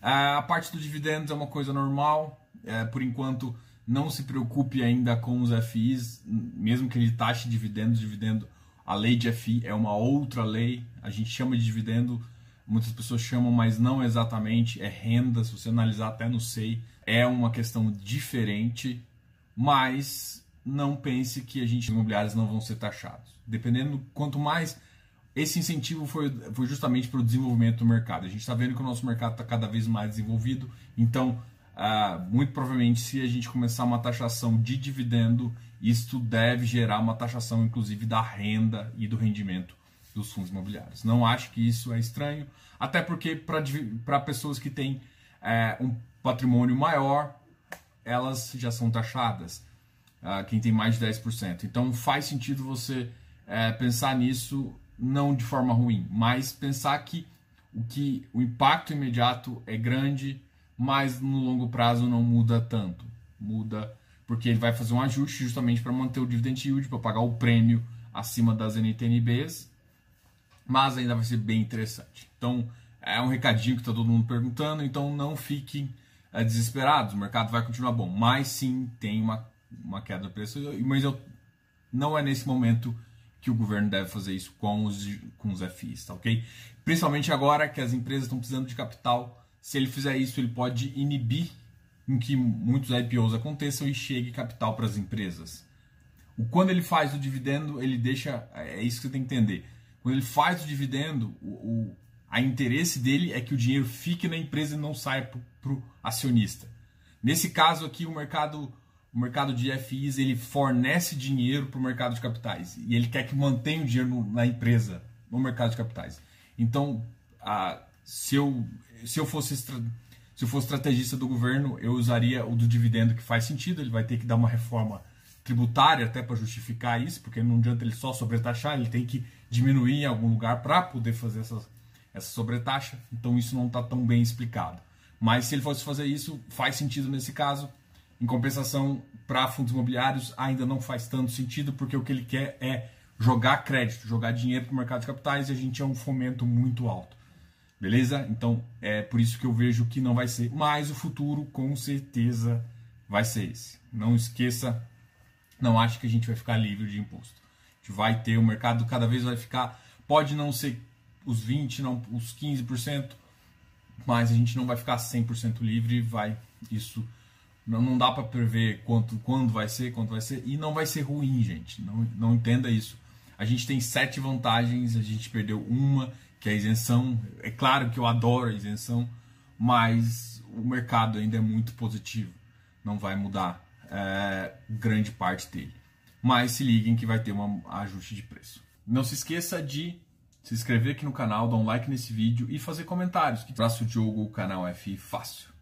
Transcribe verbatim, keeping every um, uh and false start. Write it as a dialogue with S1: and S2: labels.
S1: A parte do dividendos é uma coisa normal, é, por enquanto não se preocupe ainda com os F Is, mesmo que ele taxe dividendos, dividendo, a lei de F I é uma outra lei, a gente chama de dividendo, muitas pessoas chamam, mas não exatamente, é renda, se você analisar até no S E I, é uma questão diferente, mas não pense que a gente, imobiliários não vão ser taxados. Dependendo, quanto mais, esse incentivo foi, foi justamente para o desenvolvimento do mercado. A gente está vendo que o nosso mercado está cada vez mais desenvolvido, então, ah, muito provavelmente, se a gente começar uma taxação de dividendo, isto deve gerar uma taxação, inclusive, da renda e do rendimento dos fundos imobiliários. Não acho que isso é estranho, até porque para pessoas que têm é, um patrimônio maior, elas já são taxadas, uh, quem tem mais de dez por cento. Então faz sentido você é, pensar nisso, não de forma ruim, mas pensar que o, que o impacto imediato é grande, mas no longo prazo não muda tanto. Muda porque ele vai fazer um ajuste justamente para manter o dividend yield, para pagar o prêmio acima das N T N Bs, mas ainda vai ser bem interessante. Então, é um recadinho que está todo mundo perguntando, então não fiquem é, desesperados, o mercado vai continuar bom, mas sim tem uma, uma queda do preço, mas eu, não é nesse momento que o governo deve fazer isso com os, com os F Is, tá ok? Principalmente agora que as empresas estão precisando de capital, se ele fizer isso, ele pode inibir em que muitos I P Os aconteçam e chegue capital para as empresas. O, quando ele faz o dividendo, ele deixa, é isso que você tem que entender, quando ele faz o dividendo, o, o a interesse dele é que o dinheiro fique na empresa e não saia para o acionista. Nesse caso aqui, o mercado, o mercado de F Is ele fornece dinheiro para o mercado de capitais e ele quer que mantenha o dinheiro no, na empresa, no mercado de capitais. Então, a, se, eu, se, eu fosse, se eu fosse estrategista do governo, eu usaria o do dividendo, que faz sentido, ele vai ter que dar uma reforma tributária até para justificar isso, porque não adianta ele só sobretaxar, ele tem que diminuir em algum lugar para poder fazer essas essa sobretaxa, então isso não está tão bem explicado. Mas se ele fosse fazer isso, faz sentido nesse caso. Em compensação, para fundos imobiliários ainda não faz tanto sentido, porque o que ele quer é jogar crédito, jogar dinheiro para o mercado de capitais, e a gente é um fomento muito alto. Beleza? Então é por isso que eu vejo que não vai ser, mas o futuro com certeza vai ser esse. Não esqueça, não acho que a gente vai ficar livre de imposto. A gente vai ter, o mercado cada vez vai ficar, pode não ser os vinte por cento, não, os quinze por cento, mas a gente não vai ficar cem por cento livre, vai, isso não, não dá para prever quanto, quando vai ser, quanto vai ser, e não vai ser ruim, gente, não, não entenda isso. A gente tem sete vantagens, a gente perdeu uma, que é a isenção. É claro que eu adoro a isenção, mas o mercado ainda é muito positivo, não vai mudar é, grande parte dele. Mas se liguem que vai ter um ajuste de preço. Não se esqueça de se inscrever aqui no canal, dar um like nesse vídeo e fazer comentários. Abraço, Diogo, o canal F I Fácil.